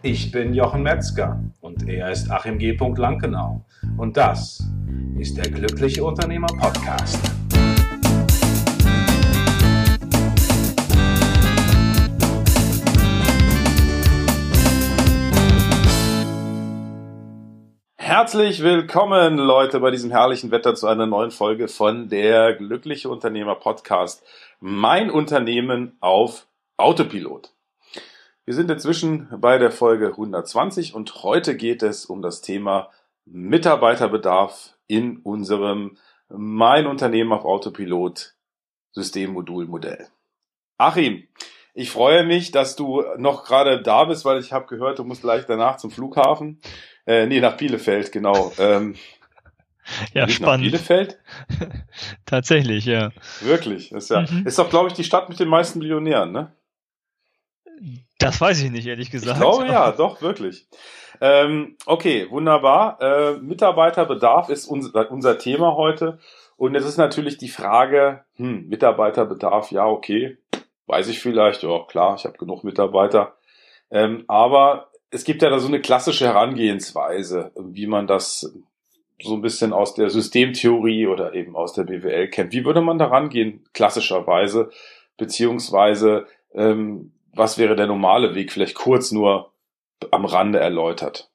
Ich bin Jochen Metzger und er ist Achim G. Lankenau. Und das ist der Glückliche Unternehmer Podcast. Herzlich willkommen, Leute, bei diesem herrlichen Wetter zu einer neuen Folge von der Glückliche Unternehmer Podcast. Mein Unternehmen auf Autopilot. Wir sind inzwischen bei der Folge 120 und heute geht es um das Thema Mitarbeiterbedarf in unserem Mein Unternehmen auf Autopilot Systemmodulmodell. Achim, ich freue mich, dass du noch gerade da bist, weil ich habe gehört, du musst gleich danach zum Flughafen. Nach Bielefeld, genau. Ja, spannend. Nach Bielefeld? Tatsächlich, ja. Wirklich? Ist doch, glaube ich, die Stadt mit den meisten Millionären, ne? Das weiß ich nicht, ehrlich gesagt. Ich glaube, ja, doch, wirklich. Okay, wunderbar. Mitarbeiterbedarf ist unser Thema heute. Und jetzt ist natürlich die Frage, Mitarbeiterbedarf, ja, okay, weiß ich vielleicht, ja, klar, ich habe genug Mitarbeiter. Aber es gibt ja da so eine klassische Herangehensweise, wie man das so ein bisschen aus der Systemtheorie oder eben aus der BWL kennt. Wie würde man da rangehen, klassischerweise? Beziehungsweise, was wäre der normale Weg? Vielleicht kurz nur am Rande erläutert.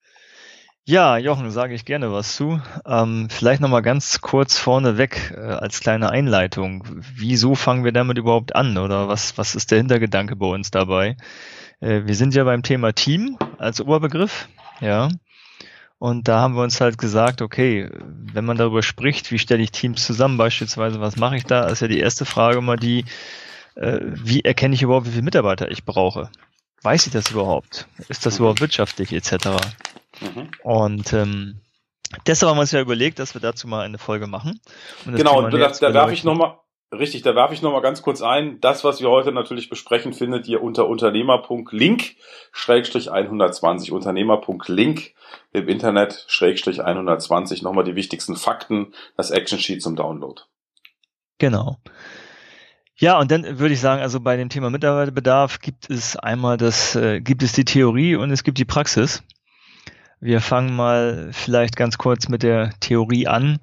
Ja, Jochen, sage ich gerne was zu. Vielleicht nochmal ganz kurz vorneweg als kleine Einleitung. Wieso fangen wir damit überhaupt an? Oder was ist der Hintergedanke bei uns dabei? Wir sind ja beim Thema Team als Oberbegriff, ja. Und da haben wir uns halt gesagt, okay, wenn man darüber spricht, wie stelle ich Teams zusammen beispielsweise, was mache ich da, ist ja die erste Frage immer die, wie erkenne ich überhaupt, wie viele Mitarbeiter ich brauche? Weiß ich das überhaupt? Ist das überhaupt wirtschaftlich etc.? Und deshalb haben wir uns ja überlegt, dass wir dazu mal eine Folge machen. Genau, da darf ich nochmal ganz kurz ein. Das, was wir heute natürlich besprechen, findet ihr unter Unternehmer.link/120. Unternehmer.link im Internet /120. Nochmal die wichtigsten Fakten, das Action-Sheet zum Download. Genau. Ja, und dann würde ich sagen, also bei dem Thema Mitarbeiterbedarf gibt es die Theorie und es gibt die Praxis. Wir fangen mal vielleicht ganz kurz mit der Theorie an.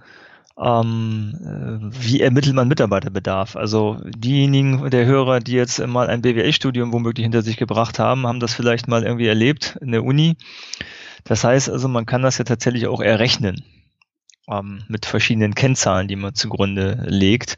Wie ermittelt man Mitarbeiterbedarf? Also diejenigen der Hörer, die jetzt mal ein BWL-Studium womöglich hinter sich gebracht haben, haben das vielleicht mal irgendwie erlebt in der Uni. Das heißt also, man kann das ja tatsächlich auch errechnen mit verschiedenen Kennzahlen, die man zugrunde legt.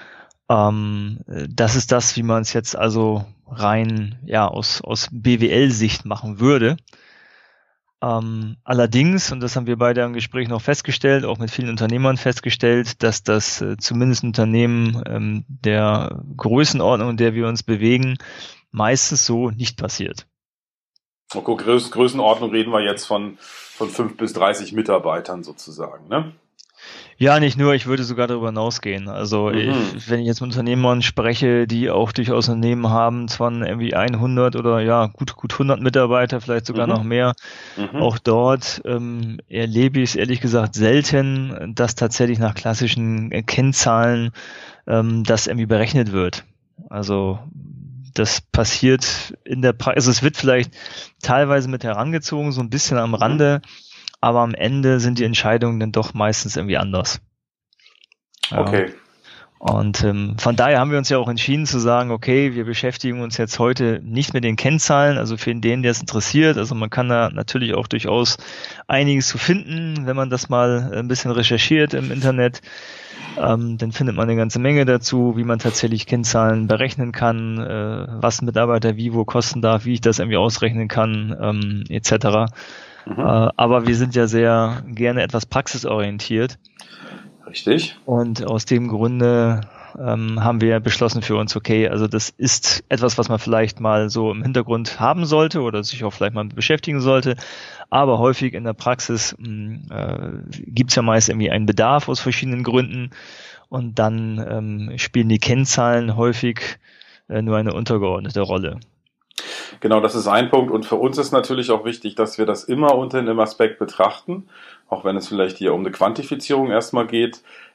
Das ist das, wie man es jetzt also rein aus BWL-Sicht machen würde. Allerdings, und das haben wir beide im Gespräch noch festgestellt, auch mit vielen Unternehmern festgestellt, dass das zumindest Unternehmen der Größenordnung, in der wir uns bewegen, meistens so nicht passiert. Okay, Größenordnung reden wir jetzt von 5 bis 30 Mitarbeitern sozusagen, ne? Ja, nicht nur, ich würde sogar darüber hinausgehen. Also wenn ich jetzt mit Unternehmern spreche, die auch durchaus Unternehmen haben, zwar irgendwie 100 oder gut 100 Mitarbeiter, vielleicht sogar noch mehr. Auch dort erlebe ich es ehrlich gesagt selten, dass tatsächlich nach klassischen Kennzahlen das irgendwie berechnet wird. Also das passiert in der Praxis, also es wird vielleicht teilweise mit herangezogen, so ein bisschen am Rande, aber am Ende sind die Entscheidungen dann doch meistens irgendwie anders. Ja. Okay. Und von daher haben wir uns ja auch entschieden zu sagen, okay, wir beschäftigen uns jetzt heute nicht mit den Kennzahlen, also für den, der es interessiert. Also man kann da natürlich auch durchaus einiges zu finden, wenn man das mal ein bisschen recherchiert im Internet. Dann findet man eine ganze Menge dazu, wie man tatsächlich Kennzahlen berechnen kann, was ein Mitarbeiter wie wo kosten darf, wie ich das irgendwie ausrechnen kann, etc. Aber wir sind ja sehr gerne etwas praxisorientiert. Richtig. Und aus dem Grunde haben wir beschlossen für uns, okay, also das ist etwas, was man vielleicht mal so im Hintergrund haben sollte oder sich auch vielleicht mal beschäftigen sollte. Aber häufig in der Praxis gibt es ja meist irgendwie einen Bedarf aus verschiedenen Gründen und dann spielen die Kennzahlen häufig nur eine untergeordnete Rolle. Genau, das ist ein Punkt. Und für uns ist natürlich auch wichtig, dass wir das immer unter einem Aspekt betrachten, auch wenn es vielleicht hier um eine Quantifizierung erstmal geht.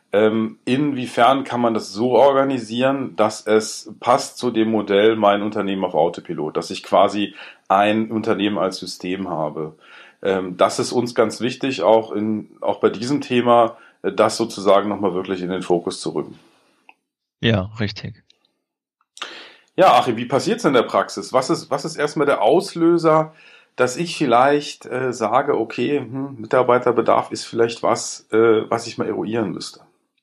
Inwiefern kann man das so organisieren, dass es passt zu dem Modell mein Unternehmen auf Autopilot, dass ich quasi ein Unternehmen als System habe. Das ist uns ganz wichtig, auch bei diesem Thema, das sozusagen nochmal wirklich in den Fokus zu rücken. Ja, richtig. Ja, Achim, wie passiert es in der Praxis? Was ist erstmal der Auslöser, dass ich vielleicht sage, okay, Mitarbeiterbedarf ist vielleicht was ich mal eruieren müsste?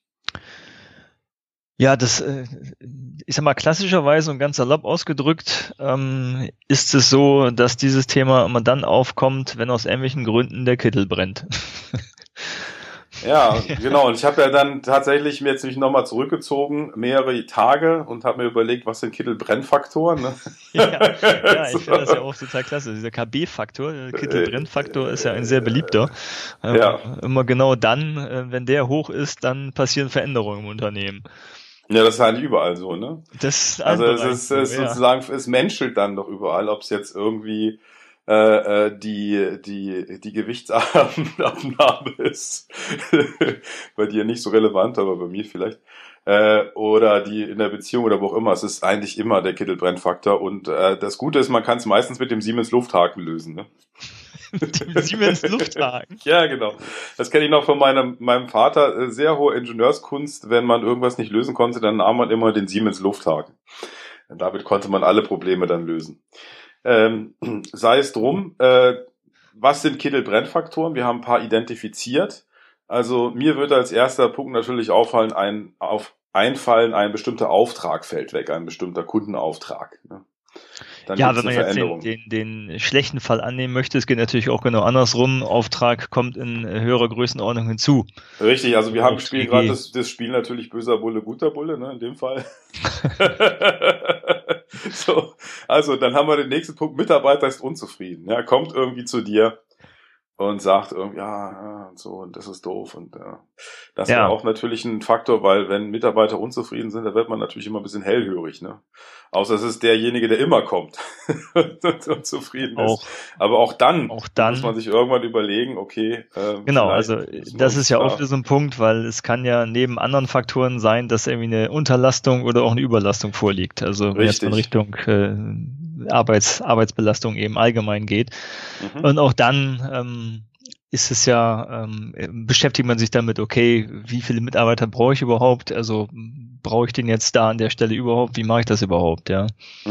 Ja, ich sag mal, klassischerweise und ganz salopp ausgedrückt, ist es so, dass dieses Thema immer dann aufkommt, wenn aus irgendwelchen Gründen der Kittel brennt. Ja, genau. Und ich habe ja dann tatsächlich mir jetzt nochmal zurückgezogen, mehrere Tage, und habe mir überlegt, was sind Kittelbrennfaktoren? Ne? Ja, ich finde das ja auch total klasse. Dieser KB-Faktor, der Kittelbrennfaktor, ist ja ein sehr beliebter. Immer genau dann, wenn der hoch ist, dann passieren Veränderungen im Unternehmen. Ja, das ist eigentlich überall so, ne? Also es ist sozusagen, es menschelt dann doch überall, ob es jetzt irgendwie die Gewichtsabnahme ist. Bei dir nicht so relevant, aber bei mir vielleicht. Oder die in der Beziehung oder wo auch immer. Es ist eigentlich immer der Kittelbrennfaktor. Und das Gute ist, man kann es meistens mit dem Siemens Lufthaken lösen. Ne? Mit dem Siemens Lufthaken? Ja, genau. Das kenne ich noch von meinem Vater. Sehr hohe Ingenieurskunst. Wenn man irgendwas nicht lösen konnte, dann nahm man immer den Siemens Lufthaken. Und damit konnte man alle Probleme dann lösen. Sei es drum, was sind Kittelbrennfaktoren? Wir haben ein paar identifiziert. Also mir würde als erster Punkt natürlich einfallen, ein bestimmter Auftrag fällt weg, ein bestimmter Kundenauftrag. Ne? Dann ja, wenn man jetzt den schlechten Fall annehmen möchte, es geht natürlich auch genau andersrum. Auftrag kommt in höherer Größenordnung hinzu. Richtig, also wir spielen gerade das Spiel natürlich böser Bulle, guter Bulle, ne, in dem Fall. So, also dann haben wir den nächsten Punkt, Mitarbeiter ist unzufrieden. Ja, kommt irgendwie zu dir und sagt irgendwie, ja, und so, und das ist doof. Und das wäre auch natürlich ein Faktor, weil wenn Mitarbeiter unzufrieden sind, da wird man natürlich immer ein bisschen hellhörig, ne? Außer es ist derjenige, der immer kommt und unzufrieden ist. Aber auch dann muss man sich irgendwann überlegen, okay. Genau, also das ist ja auch so ein Punkt, weil es kann ja neben anderen Faktoren sein, dass irgendwie eine Unterlastung oder auch eine Überlastung vorliegt. Also wenn jetzt in Richtung Arbeitsbelastung eben allgemein geht. Und auch dann ist es ja, beschäftigt man sich damit, okay, wie viele Mitarbeiter brauche ich überhaupt? Also brauche ich den jetzt da an der Stelle überhaupt? Wie mache ich das überhaupt? Ja.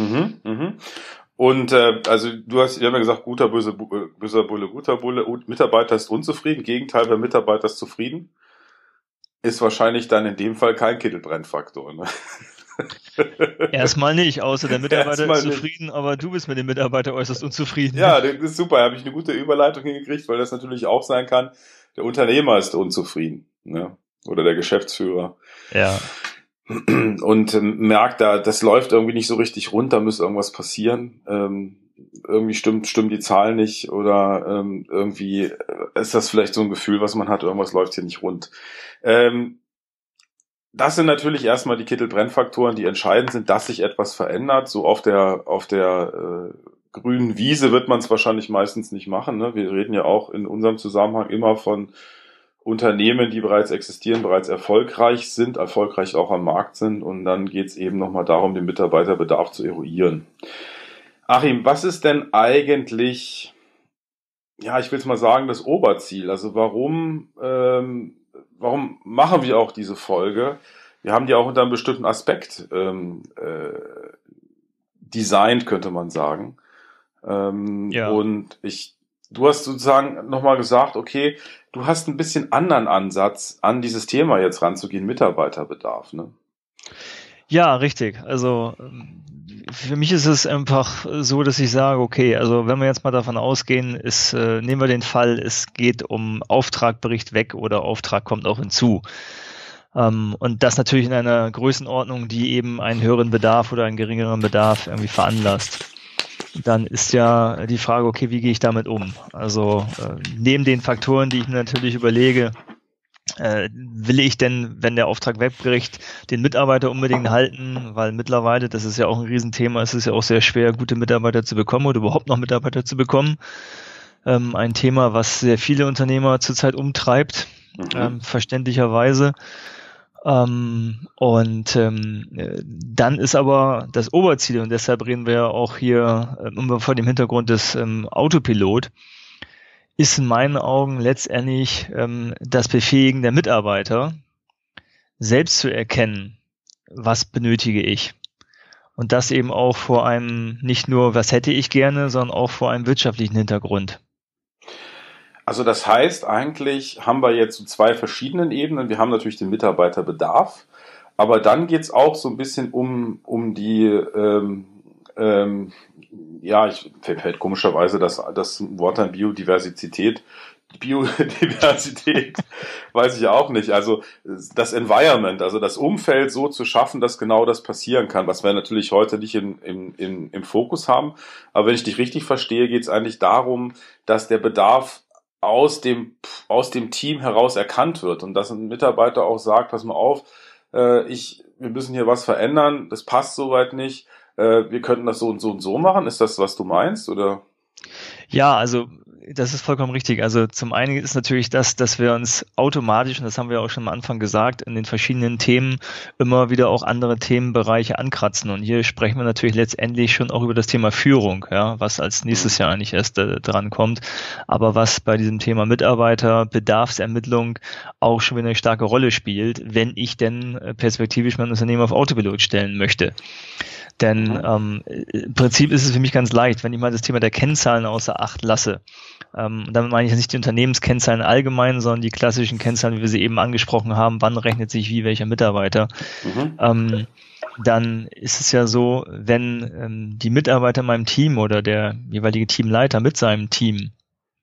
Und also wir haben ja gesagt, böser Bulle, guter Bulle, Mitarbeiter ist unzufrieden, Gegenteil, wer Mitarbeiter ist zufrieden, ist wahrscheinlich dann in dem Fall kein Kittelbrennfaktor. Ne? Erstmal nicht, außer der Mitarbeiter ist zufrieden, aber du bist mit dem Mitarbeiter äußerst unzufrieden. Ja, das ist super, da habe ich eine gute Überleitung hingekriegt, weil das natürlich auch sein kann, der Unternehmer ist unzufrieden, ne? Oder der Geschäftsführer. Ja. Und merkt das läuft irgendwie nicht so richtig rund, da müsste irgendwas passieren. Irgendwie stimmt die Zahl nicht oder irgendwie ist das vielleicht so ein Gefühl, was man hat, irgendwas läuft hier nicht rund. Das sind natürlich erstmal die Kittelbrennfaktoren, die entscheidend sind, dass sich etwas verändert. So auf der grünen Wiese wird man es wahrscheinlich meistens nicht machen. Ne? Wir reden ja auch in unserem Zusammenhang immer von Unternehmen, die bereits existieren, bereits erfolgreich sind, erfolgreich auch am Markt sind. Und dann geht es eben nochmal darum, den Mitarbeiterbedarf zu eruieren. Achim, was ist denn eigentlich, ja, ich will es mal sagen, das Oberziel? Also warum machen wir auch diese Folge? Wir haben die auch unter einem bestimmten Aspekt designt, könnte man sagen. Und du hast sozusagen nochmal gesagt, okay, du hast ein bisschen anderen Ansatz, an dieses Thema jetzt ranzugehen, Mitarbeiterbedarf, ne? Ja, richtig. Also für mich ist es einfach so, dass ich sage, okay, also wenn wir jetzt mal davon ausgehen, nehmen wir den Fall, es geht um Auftragbericht weg oder Auftrag kommt auch hinzu. Und das natürlich in einer Größenordnung, die eben einen höheren Bedarf oder einen geringeren Bedarf irgendwie veranlasst. Dann ist ja die Frage, okay, wie gehe ich damit um? Also neben den Faktoren, die ich mir natürlich überlege, will ich denn, wenn der Auftrag wegbricht, den Mitarbeiter unbedingt halten? Weil mittlerweile, das ist ja auch ein Riesenthema, es ist ja auch sehr schwer, gute Mitarbeiter zu bekommen oder überhaupt noch Mitarbeiter zu bekommen. Ein Thema, was sehr viele Unternehmer zurzeit umtreibt, verständlicherweise. Dann ist aber das Oberziel, und deshalb reden wir ja auch hier vor dem Hintergrund des Autopilot, ist in meinen Augen letztendlich das Befähigen der Mitarbeiter, selbst zu erkennen, was benötige ich. Und das eben auch vor einem, nicht nur, was hätte ich gerne, sondern auch vor einem wirtschaftlichen Hintergrund. Also das heißt, eigentlich haben wir jetzt so zwei verschiedenen Ebenen. Wir haben natürlich den Mitarbeiterbedarf, aber dann geht es auch so ein bisschen um die, fällt komischerweise das Wort an Biodiversität. Biodiversität weiß ich auch nicht. Also das Environment, also das Umfeld so zu schaffen, dass genau das passieren kann, was wir natürlich heute nicht im Fokus haben. Aber wenn ich dich richtig verstehe, geht es eigentlich darum, dass der Bedarf aus dem Team heraus erkannt wird und dass ein Mitarbeiter auch sagt, pass mal auf, wir müssen hier was verändern, das passt soweit nicht, wir könnten das so und so und so machen. Ist das, was du meinst, oder? Ja, also das ist vollkommen richtig. Also zum einen ist natürlich das, dass wir uns automatisch, und das haben wir auch schon am Anfang gesagt, in den verschiedenen Themen immer wieder auch andere Themenbereiche ankratzen. Und hier sprechen wir natürlich letztendlich schon auch über das Thema Führung, ja, was als nächstes Jahr eigentlich erst dran kommt. Aber was bei diesem Thema Mitarbeiter, Bedarfsermittlung auch schon wieder eine starke Rolle spielt, wenn ich denn perspektivisch mein Unternehmen auf Autopilot stellen möchte. Denn im Prinzip ist es für mich ganz leicht, wenn ich mal das Thema der Kennzahlen außer Acht lasse. Damit meine ich nicht die Unternehmenskennzahlen allgemein, sondern die klassischen Kennzahlen, wie wir sie eben angesprochen haben, wann rechnet sich wie welcher Mitarbeiter. Dann ist es ja so, wenn die Mitarbeiter in meinem Team oder der jeweilige Teamleiter mit seinem Team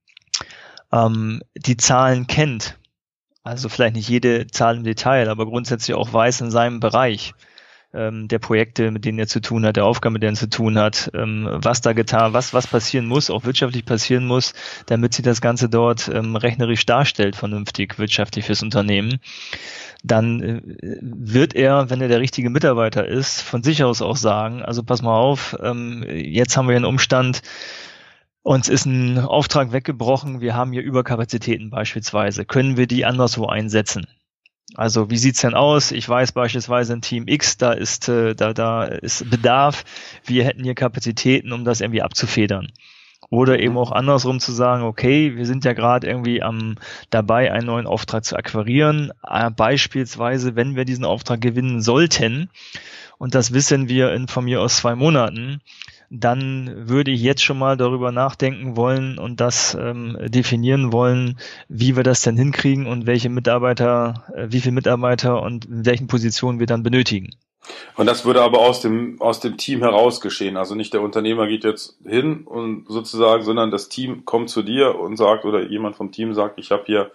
die Zahlen kennt, also vielleicht nicht jede Zahl im Detail, aber grundsätzlich auch weiß in seinem Bereich, der Projekte, mit denen er zu tun hat, der Aufgaben, mit denen er zu tun hat, was da getan, was passieren muss, auch wirtschaftlich passieren muss, damit sich das Ganze dort rechnerisch darstellt, vernünftig wirtschaftlich fürs Unternehmen. Dann wird er, wenn er der richtige Mitarbeiter ist, von sich aus auch sagen, also pass mal auf, jetzt haben wir einen Umstand, uns ist ein Auftrag weggebrochen, wir haben hier Überkapazitäten beispielsweise, können wir die anderswo einsetzen? Also wie sieht's denn aus? Ich weiß beispielsweise in Team X, da ist Bedarf. Wir hätten hier Kapazitäten, um das irgendwie abzufedern. Oder eben auch andersrum zu sagen, okay, wir sind ja gerade irgendwie dabei, einen neuen Auftrag zu akquirieren. Beispielsweise, wenn wir diesen Auftrag gewinnen sollten, und das wissen wir von mir aus 2 Monaten, dann würde ich jetzt schon mal darüber nachdenken wollen und das definieren wollen, wie wir das denn hinkriegen und wie viele Mitarbeiter und in welchen Positionen wir dann benötigen. Und das würde aber aus dem Team heraus geschehen. Also nicht der Unternehmer geht jetzt hin und sozusagen, sondern das Team kommt zu dir und sagt, oder jemand vom Team sagt, ich habe hier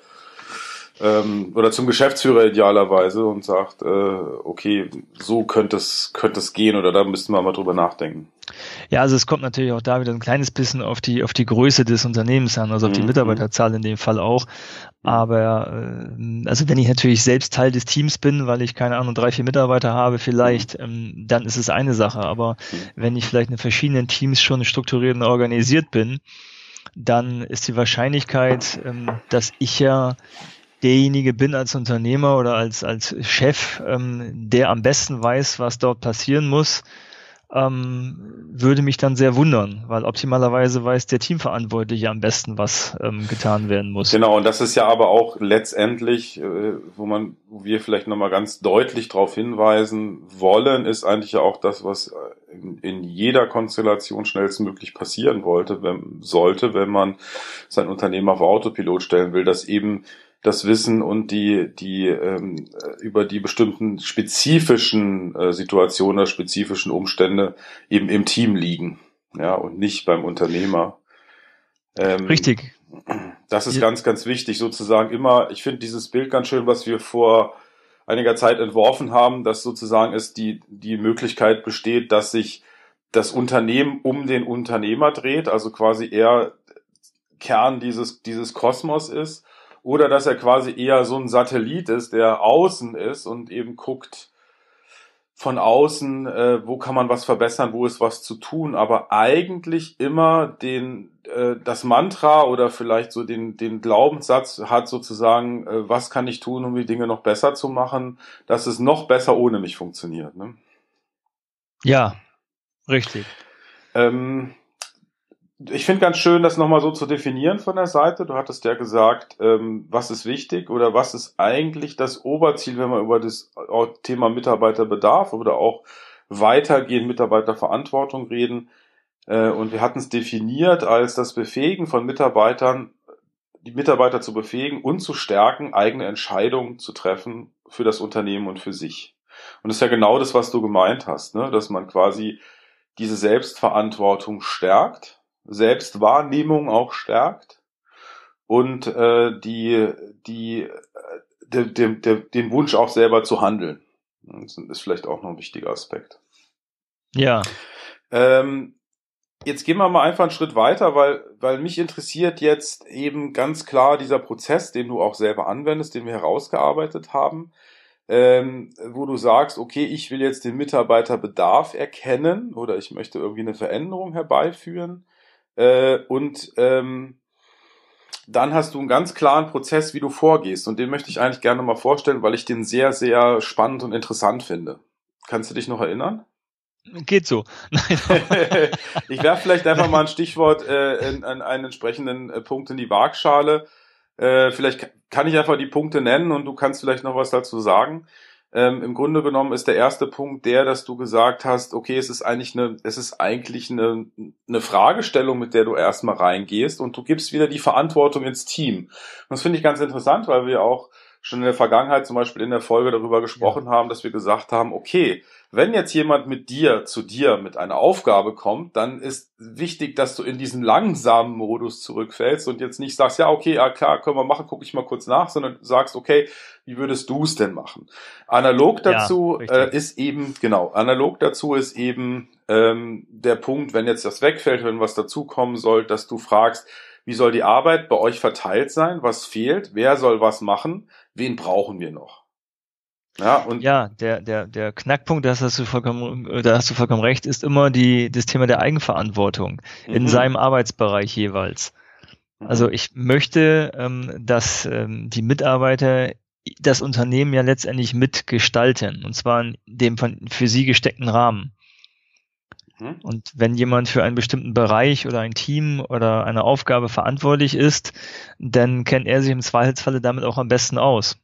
oder zum Geschäftsführer idealerweise und sagt, okay, so könnte es gehen oder da müssten wir mal drüber nachdenken. Ja, also es kommt natürlich auch da wieder ein kleines bisschen auf die Größe des Unternehmens an, also auf die Mitarbeiterzahl in dem Fall auch. Aber also wenn ich natürlich selbst Teil des Teams bin, weil ich, keine Ahnung, 3, 4 Mitarbeiter habe vielleicht, dann ist es eine Sache. Aber wenn ich vielleicht in verschiedenen Teams schon strukturiert und organisiert bin, dann ist die Wahrscheinlichkeit, dass ich ja derjenige bin als Unternehmer oder als Chef, der am besten weiß, was dort passieren muss, würde mich dann sehr wundern, weil optimalerweise weiß der Teamverantwortliche am besten, was getan werden muss. Genau, und das ist ja aber auch letztendlich, wo wir vielleicht nochmal ganz deutlich darauf hinweisen wollen, ist eigentlich ja auch das, was in jeder Konstellation schnellstmöglich passieren sollte, wenn man sein Unternehmen auf Autopilot stellen will, dass eben das Wissen und die über die bestimmten spezifischen Situationen oder spezifischen Umstände eben im Team liegen, ja, und nicht beim Unternehmer. Richtig. Das ist ganz, ganz wichtig, sozusagen immer. Ich finde dieses Bild ganz schön, was wir vor einiger Zeit entworfen haben, dass sozusagen es die Möglichkeit besteht, dass sich das Unternehmen um den Unternehmer dreht, also quasi eher Kern dieses Kosmos ist. Oder dass er quasi eher so ein Satellit ist, der außen ist und eben guckt, von außen, wo kann man was verbessern, wo ist was zu tun, aber eigentlich immer das Mantra oder vielleicht so den Glaubenssatz hat sozusagen, was kann ich tun, um die Dinge noch besser zu machen, dass es noch besser ohne mich funktioniert. Ne? Ja, richtig. Ich finde ganz schön, das nochmal so zu definieren von der Seite. Du hattest ja gesagt, was ist wichtig oder was ist eigentlich das Oberziel, wenn wir über das Thema Mitarbeiterbedarf oder auch weitergehend Mitarbeiterverantwortung reden. Und wir hatten es definiert als das Befähigen von Mitarbeitern, die Mitarbeiter zu befähigen und zu stärken, eigene Entscheidungen zu treffen für das Unternehmen und für sich. Und das ist ja genau das, was du gemeint hast, ne? Dass man quasi diese Selbstverantwortung stärkt, Selbstwahrnehmung auch stärkt und den Wunsch auch selber zu handeln. Das ist vielleicht auch noch ein wichtiger Aspekt. Ja. Jetzt gehen wir mal einfach einen Schritt weiter, weil mich interessiert jetzt eben ganz klar dieser Prozess, den du auch selber anwendest, den wir herausgearbeitet haben, wo du sagst, okay, ich will jetzt den Mitarbeiterbedarf erkennen oder ich möchte irgendwie eine Veränderung herbeiführen und dann hast du einen ganz klaren Prozess, wie du vorgehst und den möchte ich eigentlich gerne mal vorstellen, weil ich den sehr, sehr spannend und interessant finde. Kannst du dich noch erinnern? Geht so. Ich werfe vielleicht einfach mal ein Stichwort in einen entsprechenden Punkt in die Waagschale. Vielleicht kann ich einfach die Punkte nennen und du kannst vielleicht noch was dazu sagen. Im Grunde genommen ist der erste Punkt der, dass du gesagt hast, okay, es ist eigentlich eine Fragestellung, mit der du erstmal reingehst und du gibst wieder die Verantwortung ins Team. Und das finde ich ganz interessant, weil wir auch schon in der Vergangenheit zum Beispiel in der Folge darüber gesprochen haben, dass wir gesagt haben, okay, wenn jetzt jemand zu dir mit einer Aufgabe kommt, dann ist wichtig, dass du in diesen langsamen Modus zurückfällst und jetzt nicht sagst, ja, okay, ja klar, können wir machen, gucke ich mal kurz nach, sondern sagst, okay, wie würdest du es denn machen? Analog dazu ist eben der Punkt, wenn jetzt das wegfällt, wenn was dazukommen soll, dass du fragst, wie soll die Arbeit bei euch verteilt sein? Was fehlt? Wer soll was machen? Wen brauchen wir noch? Ja, der Knackpunkt, da hast du vollkommen recht, ist immer das Thema der Eigenverantwortung in seinem Arbeitsbereich jeweils. Also ich möchte, dass die Mitarbeiter das Unternehmen ja letztendlich mitgestalten, und zwar in dem für sie gesteckten Rahmen. Und wenn jemand für einen bestimmten Bereich oder ein Team oder eine Aufgabe verantwortlich ist, dann kennt er sich im Zweifelsfalle damit auch am besten aus.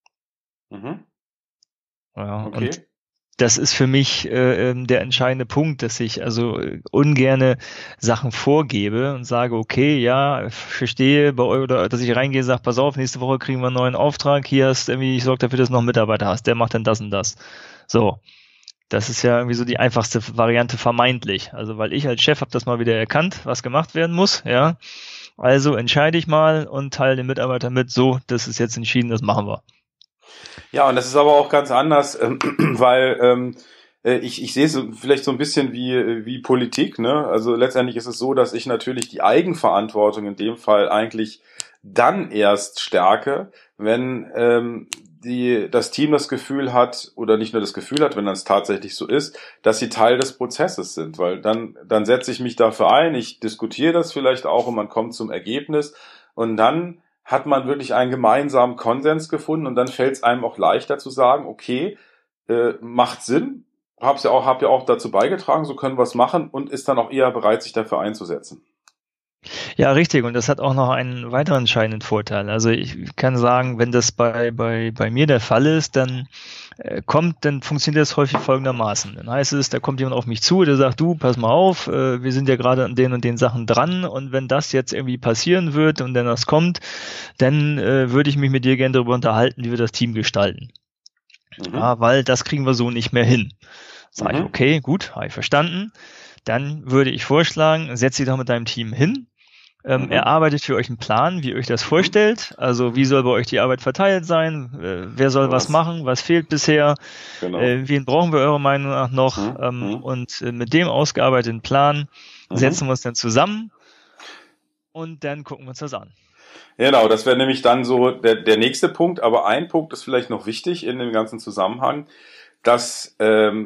Ja, okay. Und das ist für mich der entscheidende Punkt, dass ich also ungerne Sachen vorgebe und sage, okay, ja, ich verstehe bei euch, oder dass ich reingehe und sage, pass auf, nächste Woche kriegen wir einen neuen Auftrag, hier hast irgendwie, ich sorge dafür, dass du noch einen Mitarbeiter hast, der macht dann das und das. So. Das ist ja irgendwie so die einfachste Variante vermeintlich. Also, weil ich als Chef habe das mal wieder erkannt, was gemacht werden muss, ja. Also entscheide ich mal und teile den Mitarbeiter mit, so, das ist jetzt entschieden, das machen wir. Ja, und das ist aber auch ganz anders, weil ich sehe es vielleicht so ein bisschen wie Politik, ne? Also letztendlich ist es so, dass ich natürlich die Eigenverantwortung in dem Fall eigentlich dann erst stärke, wenn das Team das Gefühl hat, oder nicht nur das Gefühl hat, wenn das tatsächlich so ist, dass sie Teil des Prozesses sind, weil dann setze ich mich dafür ein, ich diskutiere das vielleicht auch und man kommt zum Ergebnis und dann hat man wirklich einen gemeinsamen Konsens gefunden und dann fällt es einem auch leichter zu sagen, okay, macht Sinn, hab ja auch dazu beigetragen, so können wir es machen und ist dann auch eher bereit, sich dafür einzusetzen. Ja, richtig. Und das hat auch noch einen weiteren entscheidenden Vorteil. Also ich kann sagen, wenn das bei mir der Fall ist, dann funktioniert das häufig folgendermaßen. Dann heißt es, da kommt jemand auf mich zu, der sagt, du, pass mal auf, wir sind ja gerade an den und den Sachen dran und wenn das jetzt irgendwie passieren wird und wenn das kommt, dann würde ich mich mit dir gerne darüber unterhalten, wie wir das Team gestalten. Ja, weil das kriegen wir so nicht mehr hin. Sag ich, okay, gut, habe ich verstanden. Dann würde ich vorschlagen, setz dich doch mit deinem Team hin, erarbeitet für euch einen Plan, wie ihr euch das vorstellt. Also wie soll bei euch die Arbeit verteilt sein? Wer soll was machen? Was fehlt bisher? Genau. Wen brauchen wir eurer Meinung nach noch? Und mit dem ausgearbeiteten Plan setzen wir uns dann zusammen und dann gucken wir uns das an. Genau, das wäre nämlich dann so der nächste Punkt. Aber ein Punkt ist vielleicht noch wichtig in dem ganzen Zusammenhang. dass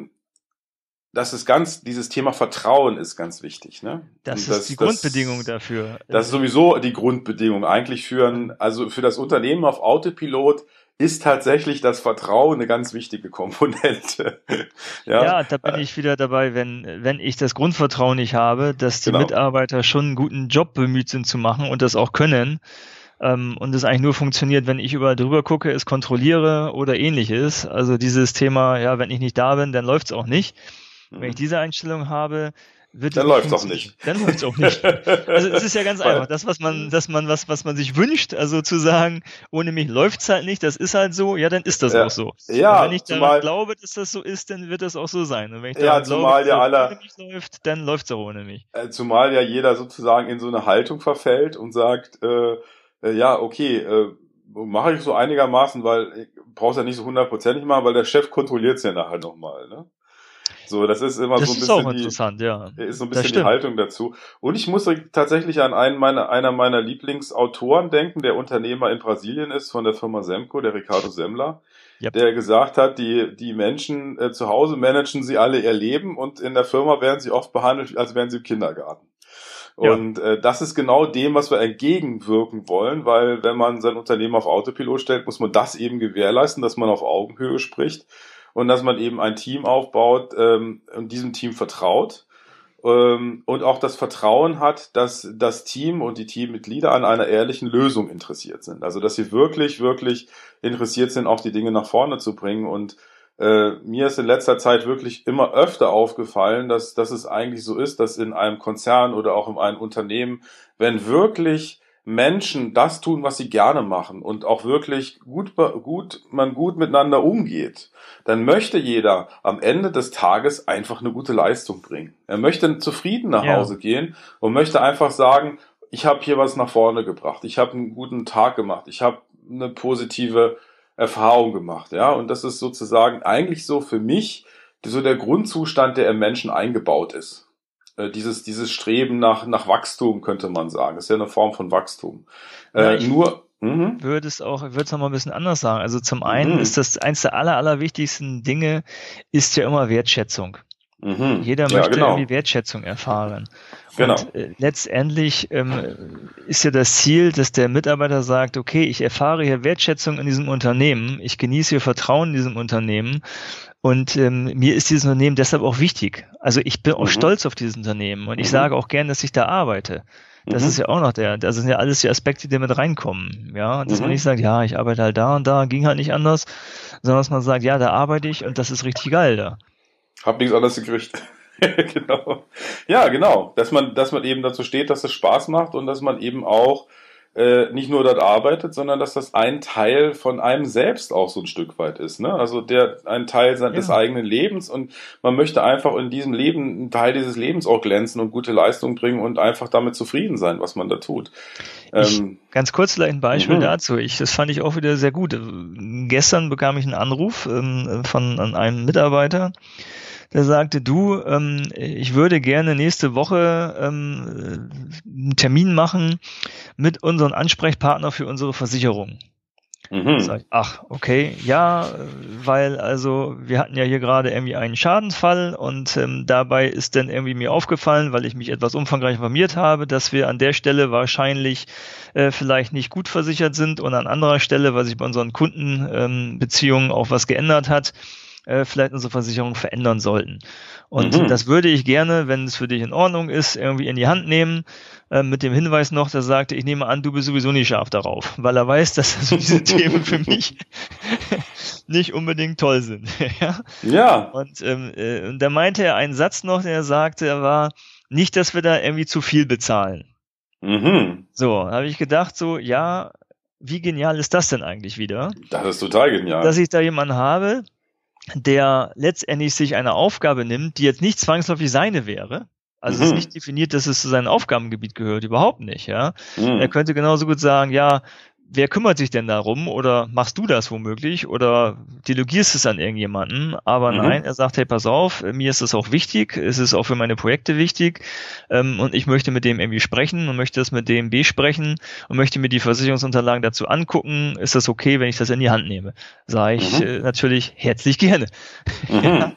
dieses Thema Vertrauen ist ganz wichtig, ne? Das ist die Grundbedingung dafür. Das ist sowieso die Grundbedingung. Eigentlich für das Unternehmen auf Autopilot ist tatsächlich das Vertrauen eine ganz wichtige Komponente. Ja, da bin ich wieder dabei, wenn ich das Grundvertrauen nicht habe, dass die Mitarbeiter schon einen guten Job bemüht sind zu machen und das auch können, und es eigentlich nur funktioniert, wenn ich überall drüber gucke, es kontrolliere oder ähnliches. Also dieses Thema, ja, wenn ich nicht da bin, dann läuft's auch nicht. Wenn ich diese Einstellung habe, dann läuft's auch nicht. Dann läuft's auch nicht. Also es ist ja ganz einfach. Das, was man sich wünscht, also zu sagen, ohne mich läuft's halt nicht, das ist halt so, ja, dann ist das auch so. Ja, und wenn ich daran glaube, dass das so ist, dann wird das auch so sein. Und wenn ich daran glaube, dass es ohne mich läuft, dann läuft's auch ohne mich. Zumal ja jeder sozusagen in so eine Haltung verfällt und sagt, mache ich so einigermaßen, weil brauchst ja nicht so 100%ig machen, weil der Chef kontrolliert's ja nachher nochmal, ne? So, das ist immer so ein bisschen die Haltung dazu. Und ich muss tatsächlich an einer meiner Lieblingsautoren denken, der Unternehmer in Brasilien ist, von der Firma Semco, der Ricardo Semler, der gesagt hat, die Menschen zu Hause managen sie alle ihr Leben und in der Firma werden sie oft behandelt, als wären sie im Kindergarten. Und das ist genau dem, was wir entgegenwirken wollen, weil wenn man sein Unternehmen auf Autopilot stellt, muss man das eben gewährleisten, dass man auf Augenhöhe spricht. Und dass man eben ein Team aufbaut und diesem Team vertraut und auch das Vertrauen hat, dass das Team und die Teammitglieder an einer ehrlichen Lösung interessiert sind. Also dass sie wirklich, wirklich interessiert sind, auch die Dinge nach vorne zu bringen. Und mir ist in letzter Zeit wirklich immer öfter aufgefallen, dass es eigentlich so ist, dass in einem Konzern oder auch in einem Unternehmen, wenn wirklich Menschen das tun, was sie gerne machen und auch wirklich gut miteinander umgeht, dann möchte jeder am Ende des Tages einfach eine gute Leistung bringen. Er möchte zufrieden nach Hause gehen und möchte einfach sagen, ich habe hier was nach vorne gebracht, ich habe einen guten Tag gemacht, ich habe eine positive Erfahrung gemacht, ja, und das ist sozusagen eigentlich so für mich so der Grundzustand, der im Menschen eingebaut ist. Dieses Streben nach Wachstum, könnte man sagen. Das ist ja eine Form von Wachstum. Würde es noch mal ein bisschen anders sagen. Also zum einen ist das eins der allerwichtigsten Dinge, ist ja immer Wertschätzung. Jeder möchte irgendwie Wertschätzung erfahren. Genau. Und letztendlich ist ja das Ziel, dass der Mitarbeiter sagt, okay, ich erfahre hier Wertschätzung in diesem Unternehmen, ich genieße hier Vertrauen in diesem Unternehmen und mir ist dieses Unternehmen deshalb auch wichtig. Also ich bin auch stolz auf dieses Unternehmen und ich sage auch gern, dass ich da arbeite. Das ist ja auch noch das sind ja alles die Aspekte, die mit reinkommen, ja, dass man nicht sagt, ja, ich arbeite halt da und da, ging halt nicht anders, sondern dass man sagt, ja, da arbeite ich und das ist richtig geil da. Hab nichts anderes gekriegt. Genau. Ja, genau. Dass man eben dazu steht, dass es Spaß macht und dass man eben auch nicht nur dort arbeitet, sondern dass das ein Teil von einem selbst auch so ein Stück weit ist, ne? Also ein Teil des eigenen Lebens und man möchte einfach in diesem Leben, einen Teil dieses Lebens auch glänzen und gute Leistung bringen und einfach damit zufrieden sein, was man da tut. Ganz kurz vielleicht ein Beispiel dazu. Das fand ich auch wieder sehr gut. Gestern bekam ich einen Anruf von einem Mitarbeiter, der sagte, ich würde gerne nächste Woche einen Termin machen mit unserem Ansprechpartner für unsere Versicherung. Sag ich, ach, okay, ja, weil also wir hatten ja hier gerade irgendwie einen Schadensfall und dabei ist dann irgendwie mir aufgefallen, weil ich mich etwas umfangreich informiert habe, dass wir an der Stelle wahrscheinlich vielleicht nicht gut versichert sind und an anderer Stelle, weil sich bei unseren Kundenbeziehungen auch was geändert hat, vielleicht unsere Versicherung verändern sollten. Und das würde ich gerne, wenn es für dich in Ordnung ist, irgendwie in die Hand nehmen, mit dem Hinweis noch, der sagte, ich nehme an, du bist sowieso nicht scharf darauf, weil er weiß, dass also diese Themen für mich nicht unbedingt toll sind. Ja. Und da meinte er einen Satz noch, der sagte, war, nicht, dass wir da irgendwie zu viel bezahlen. So, habe ich gedacht, so, ja, wie genial ist das denn eigentlich wieder? Das ist total genial. Dass ich da jemanden habe, der letztendlich sich eine Aufgabe nimmt, die jetzt nicht zwangsläufig seine wäre. Also es ist nicht definiert, dass es zu seinem Aufgabengebiet gehört, überhaupt nicht, ja. Er könnte genauso gut sagen, ja, wer kümmert sich denn darum oder machst du das womöglich oder delegierst es an irgendjemanden? Aber nein, er sagt, hey, pass auf, mir ist das auch wichtig, es ist auch für meine Projekte wichtig und ich möchte mit dem irgendwie sprechen und möchte das mit dem besprechen und möchte mir die Versicherungsunterlagen dazu angucken. Ist das okay, wenn ich das in die Hand nehme? Sage ich natürlich herzlich gerne. Ja.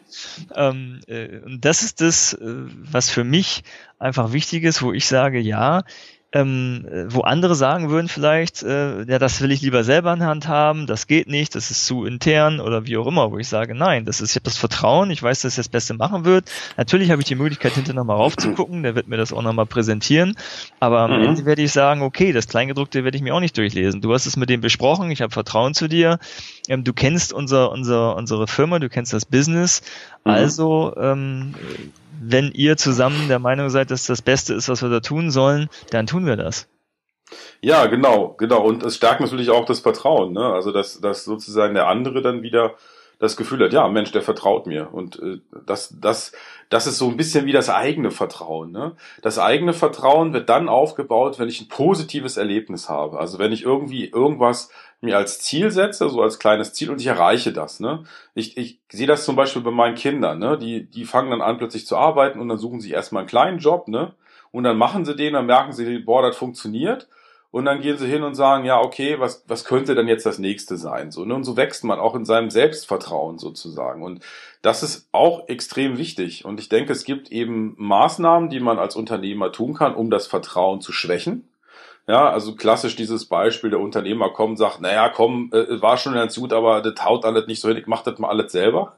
Und das ist das, was für mich einfach wichtig ist, wo ich sage, ja, wo andere sagen würden vielleicht, ja, das will ich lieber selber in der Hand haben, das geht nicht, das ist zu intern oder wie auch immer, wo ich sage, nein, ich habe das Vertrauen, ich weiß, dass er das Beste machen wird. Natürlich habe ich die Möglichkeit, hinterher nochmal raufzugucken, der wird mir das auch nochmal präsentieren, aber am Ende werde ich sagen, okay, das Kleingedruckte werde ich mir auch nicht durchlesen. Du hast es mit dem besprochen, ich habe Vertrauen zu dir, du kennst unsere Firma, du kennst das Business, also wenn ihr zusammen der Meinung seid, dass das Beste ist, was wir da tun sollen, dann tun wir das. Ja, genau. Und es stärkt natürlich auch das Vertrauen, ne? Also, dass sozusagen der andere dann wieder das Gefühl hat, ja, Mensch, der vertraut mir. Und das ist so ein bisschen wie das eigene Vertrauen, ne? Das eigene Vertrauen wird dann aufgebaut, wenn ich ein positives Erlebnis habe. Also, wenn ich irgendwie irgendwas mir als Ziel setze, so als kleines Ziel, und ich erreiche das, ne? Ich sehe das zum Beispiel bei meinen Kindern, ne? Die fangen dann an, plötzlich zu arbeiten und dann suchen sie erstmal einen kleinen Job, ne? Und dann machen sie den, dann merken sie, boah, das funktioniert. Und dann gehen sie hin und sagen, ja, okay, was könnte denn jetzt das nächste sein? So, ne? Und so wächst man auch in seinem Selbstvertrauen sozusagen. Und das ist auch extrem wichtig. Und ich denke, es gibt eben Maßnahmen, die man als Unternehmer tun kann, um das Vertrauen zu schwächen. Ja, also klassisch dieses Beispiel, der Unternehmer kommt und sagt, naja, komm, war schon ganz gut, aber das haut alles nicht so hin, ich mach das mal alles selber.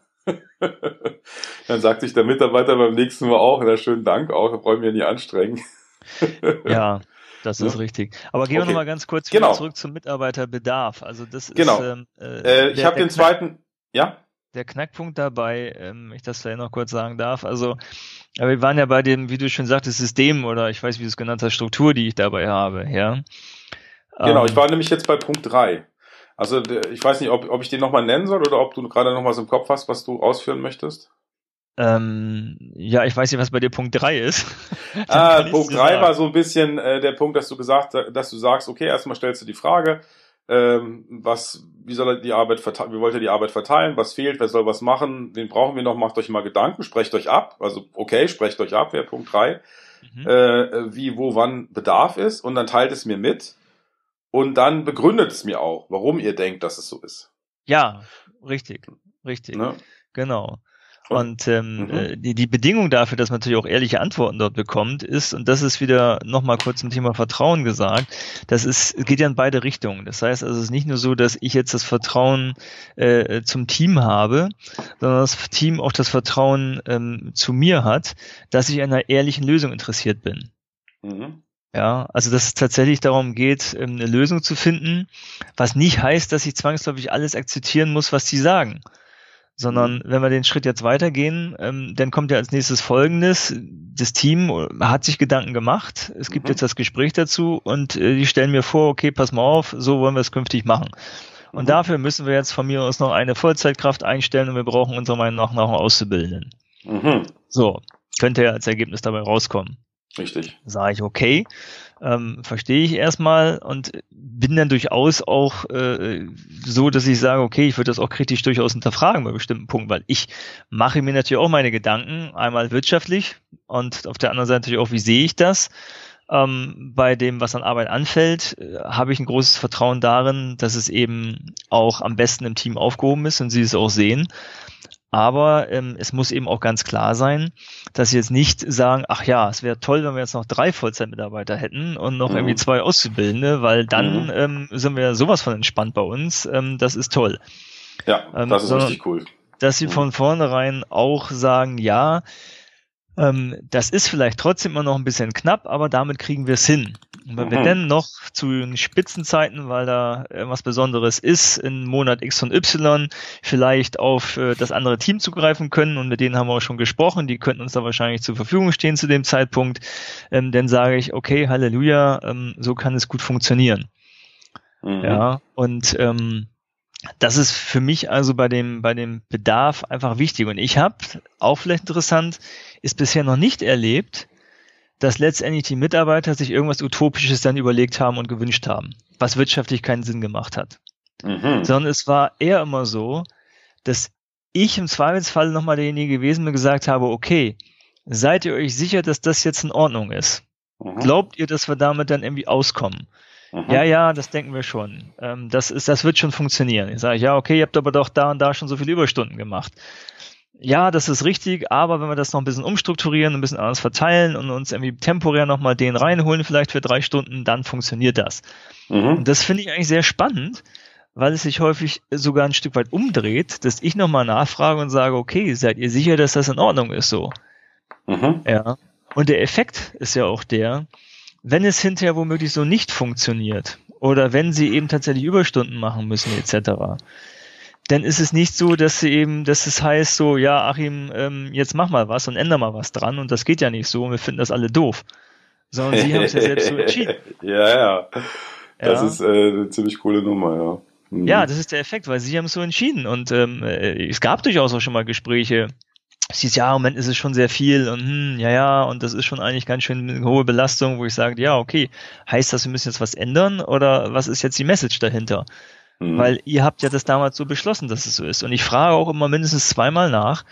Dann sagt sich der Mitarbeiter beim nächsten Mal auch, na, schönen Dank auch, da brauche ich mich nicht anstrengen. Ja, das ist richtig. Aber gehen wir nochmal ganz kurz wieder zurück zum Mitarbeiterbedarf. Also das ist... ich habe den zweiten... Ja? Der Knackpunkt dabei, ich das vielleicht noch kurz sagen darf, also wir waren ja bei dem, wie du schon sagtest, System oder ich weiß, wie du es genannt hast, Struktur, die ich dabei habe, ja. Genau, ich war nämlich jetzt bei Punkt 3. Also ich weiß nicht, ob ich den nochmal nennen soll oder ob du gerade noch was im Kopf hast, was du ausführen möchtest. Ja, ich weiß nicht, was bei dir Punkt 3 ist. Punkt 3 war so ein bisschen der Punkt, dass du sagst, okay, erstmal stellst du die Frage, wie soll die Arbeit verteilen, wie wollt ihr die Arbeit verteilen, was fehlt, wer soll was machen, wen brauchen wir noch, macht euch mal Gedanken, sprecht euch ab, also okay, sprecht euch ab, wäre Punkt 3, wie, wo, wann Bedarf ist, und dann teilt es mir mit und dann begründet es mir auch, warum ihr denkt, dass es so ist. Ja, richtig, ne? Genau. Und die Bedingung dafür, dass man natürlich auch ehrliche Antworten dort bekommt, ist, und das ist wieder nochmal kurz zum Thema Vertrauen gesagt, es geht ja in beide Richtungen. Das heißt also, es ist nicht nur so, dass ich jetzt das Vertrauen zum Team habe, sondern das Team auch das Vertrauen zu mir hat, dass ich an einer ehrlichen Lösung interessiert bin. Ja, also dass es tatsächlich darum geht, eine Lösung zu finden, was nicht heißt, dass ich zwangsläufig alles akzeptieren muss, was die sagen. Sondern wenn wir den Schritt jetzt weitergehen, dann kommt ja als nächstes Folgendes. Das Team hat sich Gedanken gemacht, es gibt jetzt das Gespräch dazu und die stellen mir vor, okay, pass mal auf, so wollen wir es künftig machen. Und dafür müssen wir jetzt von mir aus noch eine Vollzeitkraft einstellen und wir brauchen unserer Meinung nach noch einen Auszubildenden. So, könnte ja als Ergebnis dabei rauskommen. Richtig. Sage ich, okay, verstehe ich erstmal und bin dann durchaus auch so, dass ich sage, okay, ich würde das auch kritisch durchaus hinterfragen bei bestimmten Punkten, weil ich mache mir natürlich auch meine Gedanken, einmal wirtschaftlich und auf der anderen Seite natürlich auch, wie sehe ich das? Bei dem, was an Arbeit anfällt, habe ich ein großes Vertrauen darin, dass es eben auch am besten im Team aufgehoben ist und sie es auch sehen. Aber es muss eben auch ganz klar sein, dass sie jetzt nicht sagen, ach ja, es wäre toll, wenn wir jetzt noch 3 Vollzeitmitarbeiter hätten und noch irgendwie 2 Auszubildende, weil dann sind wir sowas von entspannt bei uns. Das ist toll. Ja, das ist richtig cool. Dass sie von vornherein auch sagen, ja, das ist vielleicht trotzdem immer noch ein bisschen knapp, aber damit kriegen wir es hin. Und wenn wir dann noch zu den Spitzenzeiten, weil da was Besonderes ist, in Monat X und Y vielleicht auf das andere Team zugreifen können, und mit denen haben wir auch schon gesprochen, die könnten uns da wahrscheinlich zur Verfügung stehen zu dem Zeitpunkt, dann sage ich, okay, Halleluja, so kann es gut funktionieren. Ja, und das ist für mich also bei dem Bedarf einfach wichtig. Und ich habe, auch vielleicht interessant, ist bisher noch nicht erlebt, dass letztendlich die Mitarbeiter sich irgendwas Utopisches dann überlegt haben und gewünscht haben. was wirtschaftlich keinen Sinn gemacht hat. Mhm. Sondern es war eher immer so, dass ich im Zweifelsfall nochmal derjenige gewesen bin und gesagt habe, okay, seid ihr euch sicher, dass das jetzt in Ordnung ist? Mhm. Glaubt ihr, dass wir damit dann irgendwie auskommen? Mhm. Ja, das denken wir schon. Das wird schon funktionieren. Ich sage, ja, okay, ihr habt aber doch da und da schon so viele Überstunden gemacht. Ja, das ist richtig, aber wenn wir das noch ein bisschen umstrukturieren, ein bisschen anders verteilen und uns irgendwie temporär nochmal den reinholen, vielleicht für 3 Stunden, dann funktioniert das. Und Mhm. das finde ich eigentlich sehr spannend, weil es sich häufig sogar ein Stück weit umdreht, dass ich nochmal nachfrage und sage, okay, seid ihr sicher, dass das in Ordnung ist so? Mhm. Ja. Und der Effekt ist ja auch der, wenn es hinterher womöglich so nicht funktioniert oder wenn sie eben tatsächlich Überstunden machen müssen etc., dann ist es nicht so, dass es heißt so, ja, Achim, jetzt mach mal was und änder mal was dran und das geht ja nicht so und wir finden das alle doof, sondern sie haben es ja selbst so entschieden. Ja, ja. Das Ja, ist eine ziemlich coole Nummer, ja. ja, Mhm. das ist der Effekt, weil sie haben es so entschieden und es gab durchaus auch schon mal Gespräche. Es hieß, ja, im Moment ist es schon sehr viel und ja, und das ist schon eigentlich ganz schön eine hohe Belastung, wo ich sage, ja, okay, heißt das, wir müssen jetzt was ändern oder was ist jetzt die Message dahinter? Mhm. Weil ihr habt ja das damals so beschlossen, dass es so ist. Und ich frage auch immer mindestens zweimal nach,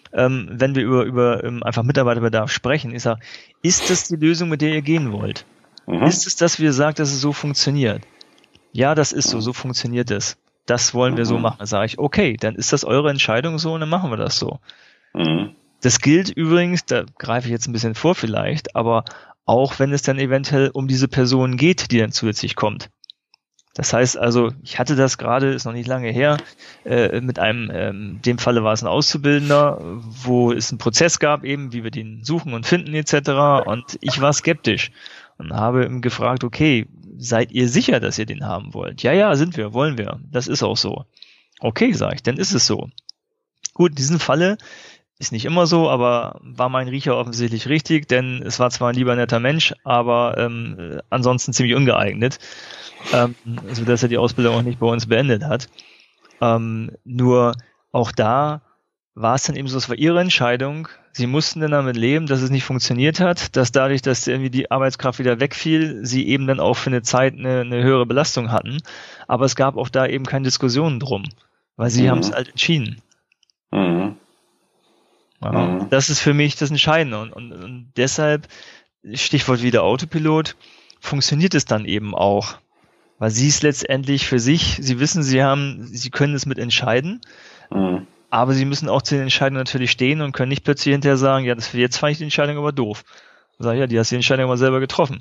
wenn wir über einfach Mitarbeiterbedarf sprechen. Ich sage, ist das die Lösung, mit der ihr gehen wollt? Mhm. Ist es, dass wir sagt, dass es so funktioniert? Ja, das ist so, Mhm. so funktioniert es. Das wollen wir so Mhm. machen. Sage ich, okay, dann ist das eure Entscheidung so und dann machen wir das so. Mhm. Das gilt übrigens, da greife ich jetzt ein bisschen vor vielleicht, aber auch wenn es dann eventuell um diese Person geht, die dann zusätzlich kommt. Das heißt also, ich hatte das gerade, ist noch nicht lange her, mit einem, in dem Falle war es ein Auszubildender, wo es einen Prozess gab, eben wie wir den suchen und finden etc. Und ich war skeptisch und habe ihm gefragt, okay, seid ihr sicher, dass ihr den haben wollt? Ja, sind wir, wollen wir. Das ist auch so. Okay, sage ich, dann ist es so. Gut, in diesem Falle ist nicht immer so, aber war mein Riecher offensichtlich richtig, denn es war zwar ein lieber netter Mensch, aber ansonsten ziemlich ungeeignet, so dass er die Ausbildung auch nicht bei uns beendet hat. Nur auch da war es dann eben so, es war ihre Entscheidung. Sie mussten dann damit leben, dass es nicht funktioniert hat, dass dadurch, dass irgendwie die Arbeitskraft wieder wegfiel, sie eben dann auch für eine Zeit eine höhere Belastung hatten. Aber es gab auch da eben keine Diskussionen drum, weil sie haben es Mhm. halt entschieden. Mhm. Ja, und Mhm. das ist für mich das Entscheidende. Und deshalb, Stichwort wieder Autopilot, funktioniert es dann eben auch. Weil sie es letztendlich für sich, sie wissen, sie können es mit entscheiden, Mhm. aber sie müssen auch zu den Entscheidungen natürlich stehen und können nicht plötzlich hinterher sagen, ja, jetzt fand ich die Entscheidung aber doof. Und sag ich, ja, die hast die Entscheidung aber selber getroffen.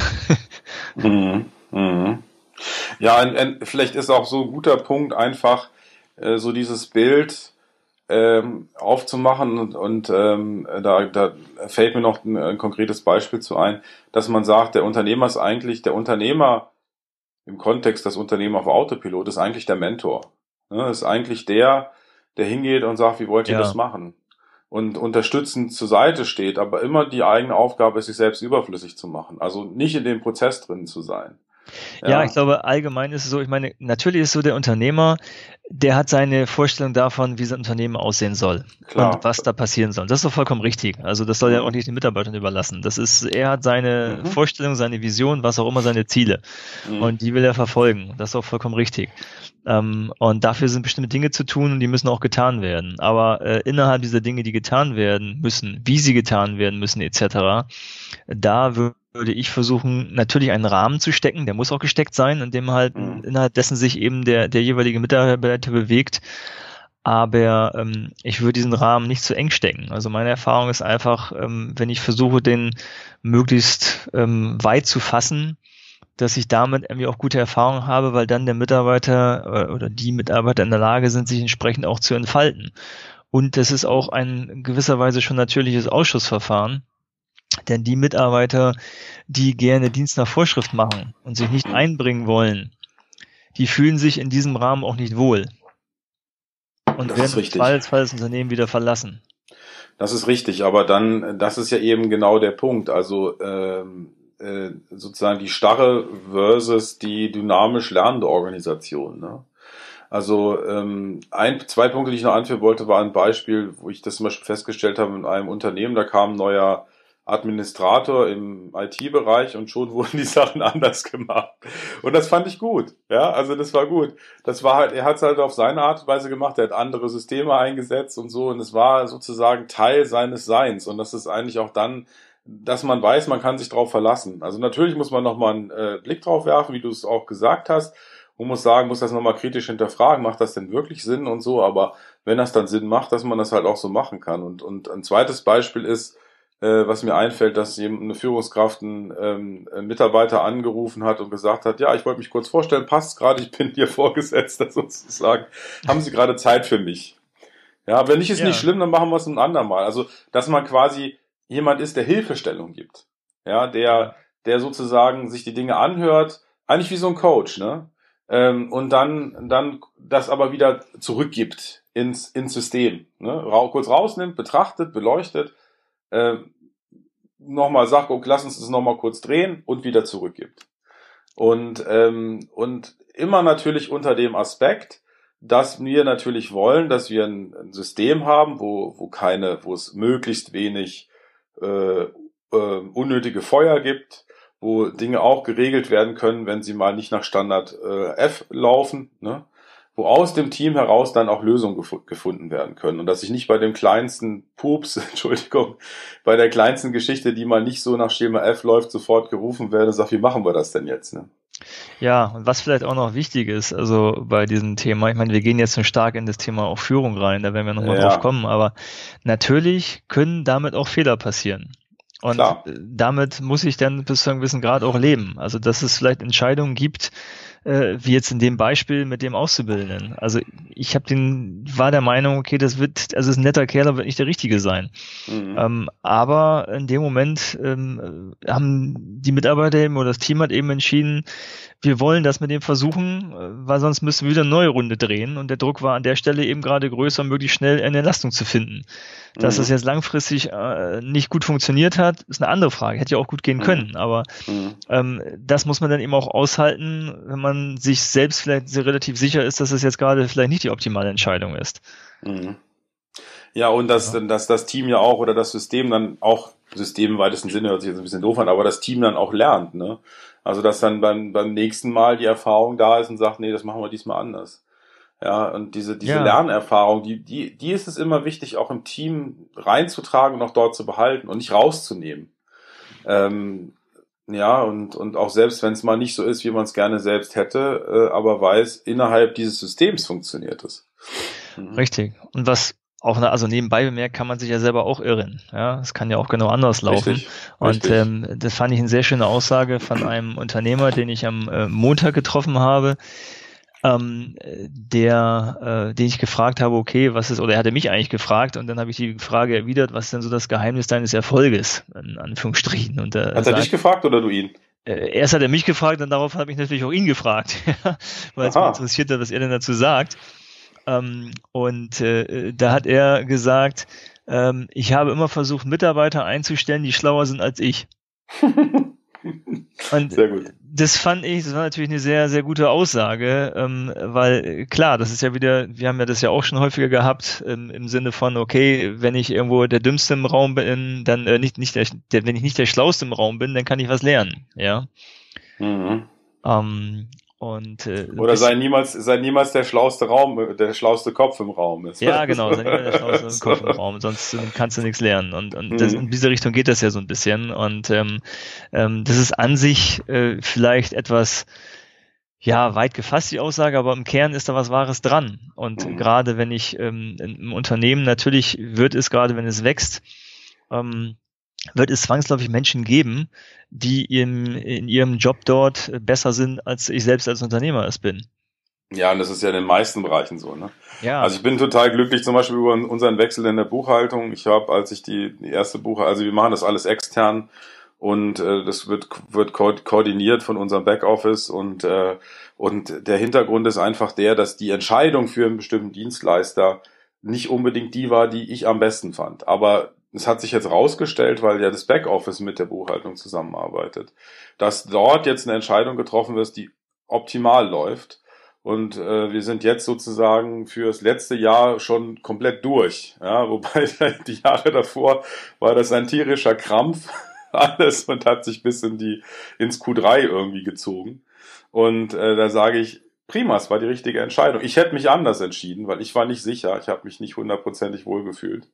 Mhm. Mhm. Ja, vielleicht ist auch so ein guter Punkt einfach so dieses Bild aufzumachen und da fällt mir noch ein konkretes Beispiel zu ein, dass man sagt, der Unternehmer ist eigentlich, der Unternehmer im Kontext das Unternehmen auf Autopilot ist eigentlich der Mentor. Ne? Ist eigentlich der hingeht und sagt, wie wollt ihr das Ja. machen? Und unterstützend zur Seite steht, aber immer die eigene Aufgabe ist, sich selbst überflüssig zu machen. Also nicht in dem Prozess drin zu sein. Ja, ich Ja, glaube, allgemein ist es so, ich meine, natürlich ist so der Unternehmer, der hat seine Vorstellung davon, wie sein Unternehmen aussehen soll und klar. was da passieren soll. Das ist doch vollkommen richtig. Also das soll ja auch Mhm. nicht den Mitarbeitern überlassen. Er hat seine Mhm. Vorstellung, seine Vision, was auch immer seine Ziele. Mhm. Und die will er verfolgen. Das ist auch vollkommen richtig. Und dafür sind bestimmte Dinge zu tun und die müssen auch getan werden. Aber innerhalb dieser Dinge, die getan werden müssen, wie sie getan werden müssen, etc., da würde ich versuchen, natürlich einen Rahmen zu stecken, der muss auch gesteckt sein, in dem halt Mhm. innerhalb dessen sich eben der jeweilige Mitarbeiter bewegt. Aber ich würde diesen Rahmen nicht zu eng stecken. Also meine Erfahrung ist einfach, wenn ich versuche, den möglichst weit zu fassen, dass ich damit irgendwie auch gute Erfahrungen habe, weil dann der Mitarbeiter oder die Mitarbeiter in der Lage sind, sich entsprechend auch zu entfalten. Und das ist auch ein in gewisser Weise schon natürliches Ausschussverfahren, denn die Mitarbeiter, die gerne Dienst nach Vorschrift machen und sich nicht Mhm. einbringen wollen, die fühlen sich in diesem Rahmen auch nicht wohl und Das werden ist im richtig. Zweifelsfall das Unternehmen wieder verlassen. Das ist richtig, aber dann, das ist ja eben genau der Punkt. Also sozusagen die starre versus die dynamisch lernende Organisation. Ne? Also zwei Punkte, die ich noch anführen wollte, war ein Beispiel, wo ich das zum Beispiel festgestellt habe in einem Unternehmen, da kam ein neuer Administrator im IT-Bereich und schon wurden die Sachen anders gemacht. Und das fand ich gut. Ja, also das war gut. Das war halt, er hat es halt auf seine Art und Weise gemacht. Er hat andere Systeme eingesetzt und so. Und es war sozusagen Teil seines Seins. Und das ist eigentlich auch dann, dass man weiß, man kann sich drauf verlassen. Also natürlich muss man nochmal einen Blick drauf werfen, wie du es auch gesagt hast. Und muss sagen, muss das nochmal kritisch hinterfragen. Macht das denn wirklich Sinn und so? Aber wenn das dann Sinn macht, dass man das halt auch so machen kann. Und ein zweites Beispiel ist, was mir einfällt, dass eine Führungskraft einen Mitarbeiter angerufen hat und gesagt hat, ja, ich wollte mich kurz vorstellen, passt gerade, ich bin Ihr Vorgesetzter sozusagen, haben Sie gerade Zeit für mich? Ja, wenn nicht, ist nicht schlimm, dann machen wir es ein andermal. Also, dass man quasi jemand ist, der Hilfestellung gibt, ja, der sozusagen sich die Dinge anhört, eigentlich wie so ein Coach, ne? Und dann das aber wieder zurückgibt ins System, ne? Kurz rausnimmt, betrachtet, beleuchtet, nochmal sagt, okay, lass uns das nochmal kurz drehen und wieder zurückgibt. Und immer natürlich unter dem Aspekt, dass wir natürlich wollen, dass wir ein System haben, wo es möglichst wenig unnötige Feuer gibt, wo Dinge auch geregelt werden können, wenn sie mal nicht nach Standard F laufen, ne? Wo aus dem Team heraus dann auch Lösungen gefunden werden können und dass ich nicht bei dem kleinsten Pups, Entschuldigung, bei der kleinsten Geschichte, die mal nicht so nach Schema F läuft, sofort gerufen werde und sage, wie machen wir das denn jetzt? Ne? Ja, und was vielleicht auch noch wichtig ist, also bei diesem Thema, ich meine, wir gehen jetzt so stark in das Thema auch Führung rein, da werden wir nochmal drauf kommen, aber natürlich können damit auch Fehler passieren. Und Klar. Damit muss ich dann bis zu einem gewissen Grad auch leben. Also, dass es vielleicht Entscheidungen gibt, wie jetzt in dem Beispiel mit dem Auszubildenden. Also ich war der Meinung, okay, ist ein netter Kerl, aber wird nicht der Richtige sein. Mhm. Aber in dem Moment haben die Mitarbeiter eben oder das Team hat eben entschieden, wir wollen das mit dem versuchen, weil sonst müssen wir wieder eine neue Runde drehen. Und der Druck war an der Stelle eben gerade größer, möglichst schnell eine Entlastung zu finden. Dass das jetzt langfristig nicht gut funktioniert hat, ist eine andere Frage. Hätte ja auch gut gehen können. Aber das muss man dann eben auch aushalten, wenn man sich selbst vielleicht sehr relativ sicher ist, dass es jetzt gerade vielleicht nicht die optimale Entscheidung ist. Mhm. Ja, und dass das Team ja auch oder das System dann auch, System im weitesten Sinne hört sich jetzt ein bisschen doof an, aber das Team dann auch lernt, ne? Also, dass dann beim nächsten Mal die Erfahrung da ist und sagt, nee, das machen wir diesmal anders. Ja, und diese Lernerfahrung, die ist es immer wichtig, auch im Team reinzutragen und auch dort zu behalten und nicht rauszunehmen. Ja, und auch selbst wenn es mal nicht so ist, wie man es gerne selbst hätte, aber weiß, innerhalb dieses Systems funktioniert es. Mhm. Richtig. Und was auch, also nebenbei bemerkt, kann man sich ja selber auch irren. Ja, es kann ja auch genau anders laufen. Richtig. Und das fand ich eine sehr schöne Aussage von einem Unternehmer, den ich am Montag getroffen habe, den ich gefragt habe, okay, was ist, oder er hatte mich eigentlich gefragt und dann habe ich die Frage erwidert, was ist denn so das Geheimnis deines Erfolges, in Anführungsstrichen. Und, hat er dich gefragt oder du ihn? Erst hat er mich gefragt und darauf habe ich natürlich auch ihn gefragt, weil es mich interessiert hat, was er denn dazu sagt. Da hat er gesagt, ich habe immer versucht, Mitarbeiter einzustellen, die schlauer sind als ich. Und sehr gut. Das war natürlich eine sehr, sehr gute Aussage, weil klar, das ist ja wieder, wir haben ja das ja auch schon häufiger gehabt, im Sinne von, okay, wenn ich irgendwo der Dümmste im Raum bin, dann wenn ich nicht der Schlauste im Raum bin, dann kann ich was lernen, ja. Mhm. Oder sei niemals der schlauste Kopf im Raum ist. Ja, genau, sei niemals der schlauste Kopf im Raum, sonst kannst du nichts lernen. Und in diese Richtung geht das ja so ein bisschen. Und das ist an sich vielleicht etwas, ja, weit gefasst, die Aussage, aber im Kern ist da was Wahres dran. Und gerade wenn ich im Unternehmen, natürlich wird es, gerade wenn es wächst, wird es zwangsläufig Menschen geben, die in ihrem Job dort besser sind, als ich selbst als Unternehmer es bin. Ja, und das ist ja in den meisten Bereichen so, ne? Ja. Also ich bin total glücklich zum Beispiel über unseren Wechsel in der Buchhaltung. Ich habe, als ich die erste also wir machen das alles extern und das wird koordiniert von unserem Backoffice und der Hintergrund ist einfach der, dass die Entscheidung für einen bestimmten Dienstleister nicht unbedingt die war, die ich am besten fand. Aber es hat sich jetzt rausgestellt, weil ja das Backoffice mit der Buchhaltung zusammenarbeitet, dass dort jetzt eine Entscheidung getroffen wird, die optimal läuft. Und wir sind jetzt sozusagen fürs letzte Jahr schon komplett durch. Ja, wobei die Jahre davor war das ein tierischer Krampf alles und hat sich bis ins Q3 irgendwie gezogen. Und da sage ich, prima, es war die richtige Entscheidung. Ich hätte mich anders entschieden, weil ich war nicht sicher. Ich habe mich nicht hundertprozentig wohlgefühlt.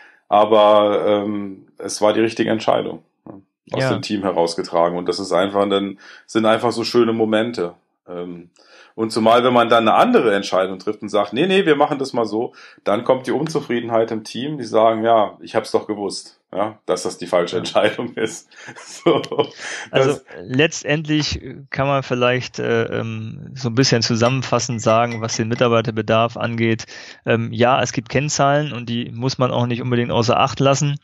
Aber es war die richtige Entscheidung, ne, aus dem Team herausgetragen. Und das ist sind einfach so schöne Momente. Und zumal, wenn man dann eine andere Entscheidung trifft und sagt, nee, wir machen das mal so, dann kommt die Unzufriedenheit im Team, die sagen, ja, ich hab's doch gewusst, ja, dass das die falsche Entscheidung ist. So, also letztendlich kann man vielleicht so ein bisschen zusammenfassend sagen, was den Mitarbeiterbedarf angeht. Ja, es gibt Kennzahlen und die muss man auch nicht unbedingt außer Acht lassen.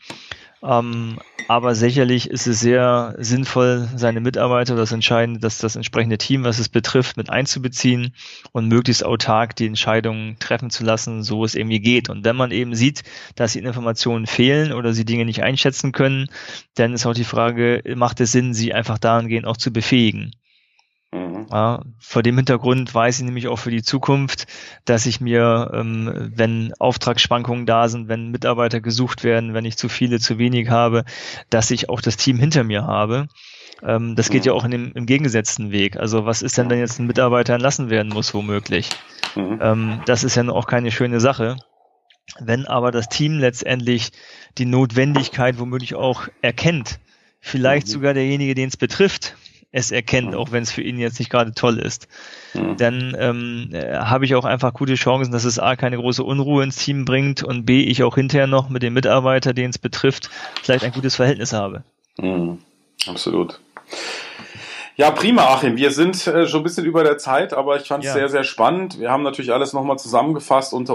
Aber sicherlich ist es sehr sinnvoll, seine Mitarbeiter, das entsprechende Team, was es betrifft, mit einzubeziehen und möglichst autark die Entscheidungen treffen zu lassen, so es irgendwie geht. Und wenn man eben sieht, dass die Informationen fehlen oder sie Dinge nicht einschätzen können, dann ist auch die Frage, macht es Sinn, sie einfach dahingehend auch zu befähigen? Ja, vor dem Hintergrund weiß ich nämlich auch für die Zukunft, dass ich mir, wenn Auftragsschwankungen da sind, wenn Mitarbeiter gesucht werden, wenn ich zu viele, zu wenig habe, dass ich auch das Team hinter mir habe. Das geht ja auch im gegengesetzten Weg. Also was ist denn, wenn jetzt ein Mitarbeiter entlassen werden muss, womöglich? Das ist ja auch keine schöne Sache. Wenn aber das Team letztendlich die Notwendigkeit womöglich auch erkennt, vielleicht sogar derjenige, den es betrifft, es erkennt, auch wenn es für ihn jetzt nicht gerade toll ist, dann habe ich auch einfach gute Chancen, dass es A, keine große Unruhe ins Team bringt und B, ich auch hinterher noch mit dem Mitarbeiter, den es betrifft, vielleicht ein gutes Verhältnis habe. Absolut. Ja, prima, Achim. Wir sind schon ein bisschen über der Zeit, aber ich fand es sehr, sehr spannend. Wir haben natürlich alles nochmal zusammengefasst unter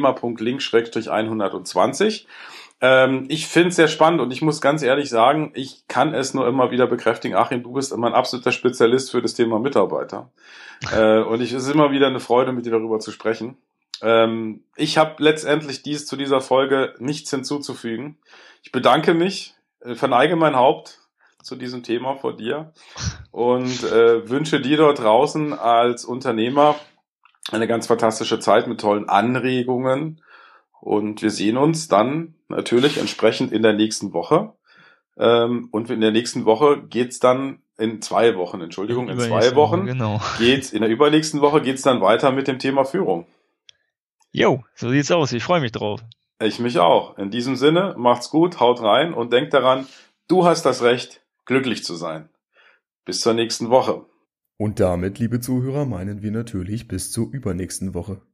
unternehmer.link/120. Ich finde es sehr spannend und ich muss ganz ehrlich sagen, ich kann es nur immer wieder bekräftigen. Achim, du bist immer ein absoluter Spezialist für das Thema Mitarbeiter. Und es ist immer wieder eine Freude, mit dir darüber zu sprechen. Ich habe letztendlich zu dieser Folge nichts hinzuzufügen. Ich bedanke mich, verneige mein Haupt zu diesem Thema vor dir und wünsche dir dort draußen als Unternehmer eine ganz fantastische Zeit mit tollen Anregungen. Und wir sehen uns dann natürlich entsprechend in der nächsten Woche. Und in der nächsten Woche geht's dann in 2 Wochen, in 2 Wochen, genau. In der übernächsten Woche geht's dann weiter mit dem Thema Führung. Jo, so sieht's aus. Ich freue mich drauf. Ich mich auch. In diesem Sinne, macht's gut, haut rein und denkt daran, du hast das Recht, glücklich zu sein. Bis zur nächsten Woche. Und damit, liebe Zuhörer, meinen wir natürlich bis zur übernächsten Woche.